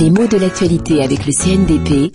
Les mots de l'actualité avec le CNDP.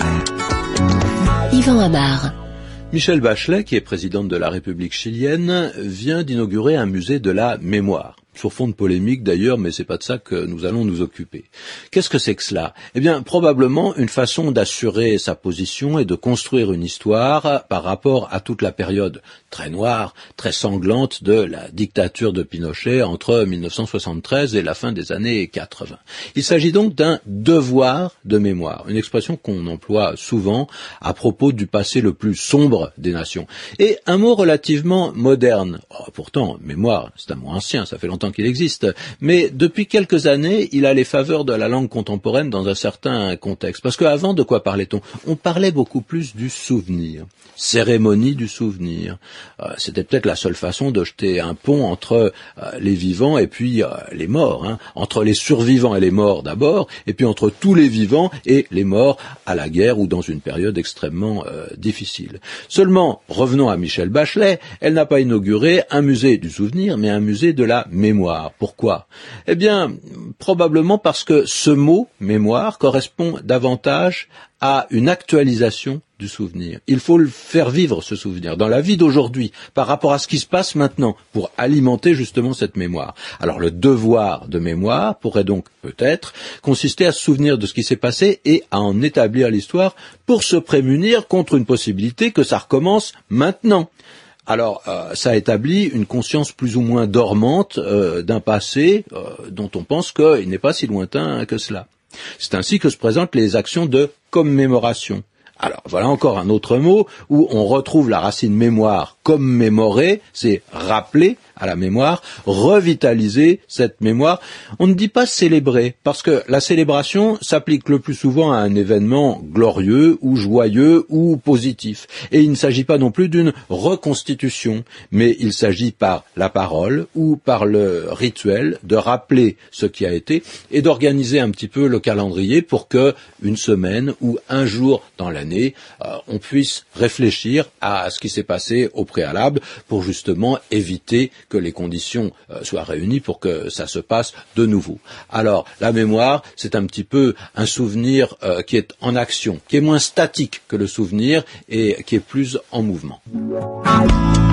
Yvan Amar. Michelle Bachelet, qui est présidente de la République chilienne, vient d'inaugurer un musée de la mémoire. Sur fond de polémique d'ailleurs, mais c'est pas de ça que nous allons nous occuper. Qu'est-ce que c'est que cela ? Eh bien, probablement une façon d'assurer sa position et de construire une histoire par rapport à toute la période très noire, très sanglante de la dictature de Pinochet entre 1973 et la fin des années 80. Il s'agit donc d'un devoir de mémoire, une expression qu'on emploie souvent à propos du passé le plus sombre des nations. Et un mot relativement moderne. Oh, pourtant, mémoire, c'est un mot ancien, ça fait longtemps qu'il existe, mais depuis quelques années, il a les faveurs de la langue contemporaine dans un certain contexte. Parce qu'avant, de quoi parlait-on ? On parlait beaucoup plus du souvenir, cérémonie du souvenir. C'était peut-être la seule façon de jeter un pont entre les vivants et puis les morts, entre les survivants et les morts d'abord, et puis entre tous les vivants et les morts à la guerre ou dans une période extrêmement difficile. Seulement, revenons à Michelle Bachelet, elle n'a pas inauguré un musée du souvenir, mais un musée de la mémoire. Pourquoi ? Eh bien, probablement parce que ce mot, mémoire, correspond davantage à une actualisation du souvenir. Il faut le faire vivre, ce souvenir, dans la vie d'aujourd'hui, par rapport à ce qui se passe maintenant, pour alimenter justement cette mémoire. Alors le devoir de mémoire pourrait donc peut-être consister à se souvenir de ce qui s'est passé et à en établir l'histoire pour se prémunir contre une possibilité que ça recommence maintenant. Alors, ça établit une conscience plus ou moins dormante d'un passé dont on pense qu'il n'est pas si lointain que cela. C'est ainsi que se présentent les actions de commémoration. Alors, voilà encore un autre mot où on retrouve la racine mémoire, commémorer, c'est rappeler à la mémoire, revitaliser cette mémoire. On ne dit pas célébrer, parce que la célébration s'applique le plus souvent à un événement glorieux ou joyeux ou positif. Et il ne s'agit pas non plus d'une reconstitution, mais il s'agit par la parole ou par le rituel de rappeler ce qui a été et d'organiser un petit peu le calendrier pour que une semaine ou un jour dans l'année, on puisse réfléchir à ce qui s'est passé au préalable pour justement éviter que les conditions soient réunies pour que ça se passe de nouveau. Alors, la mémoire, c'est un petit peu un souvenir qui est en action, qui est moins statique que le souvenir et qui est plus en mouvement.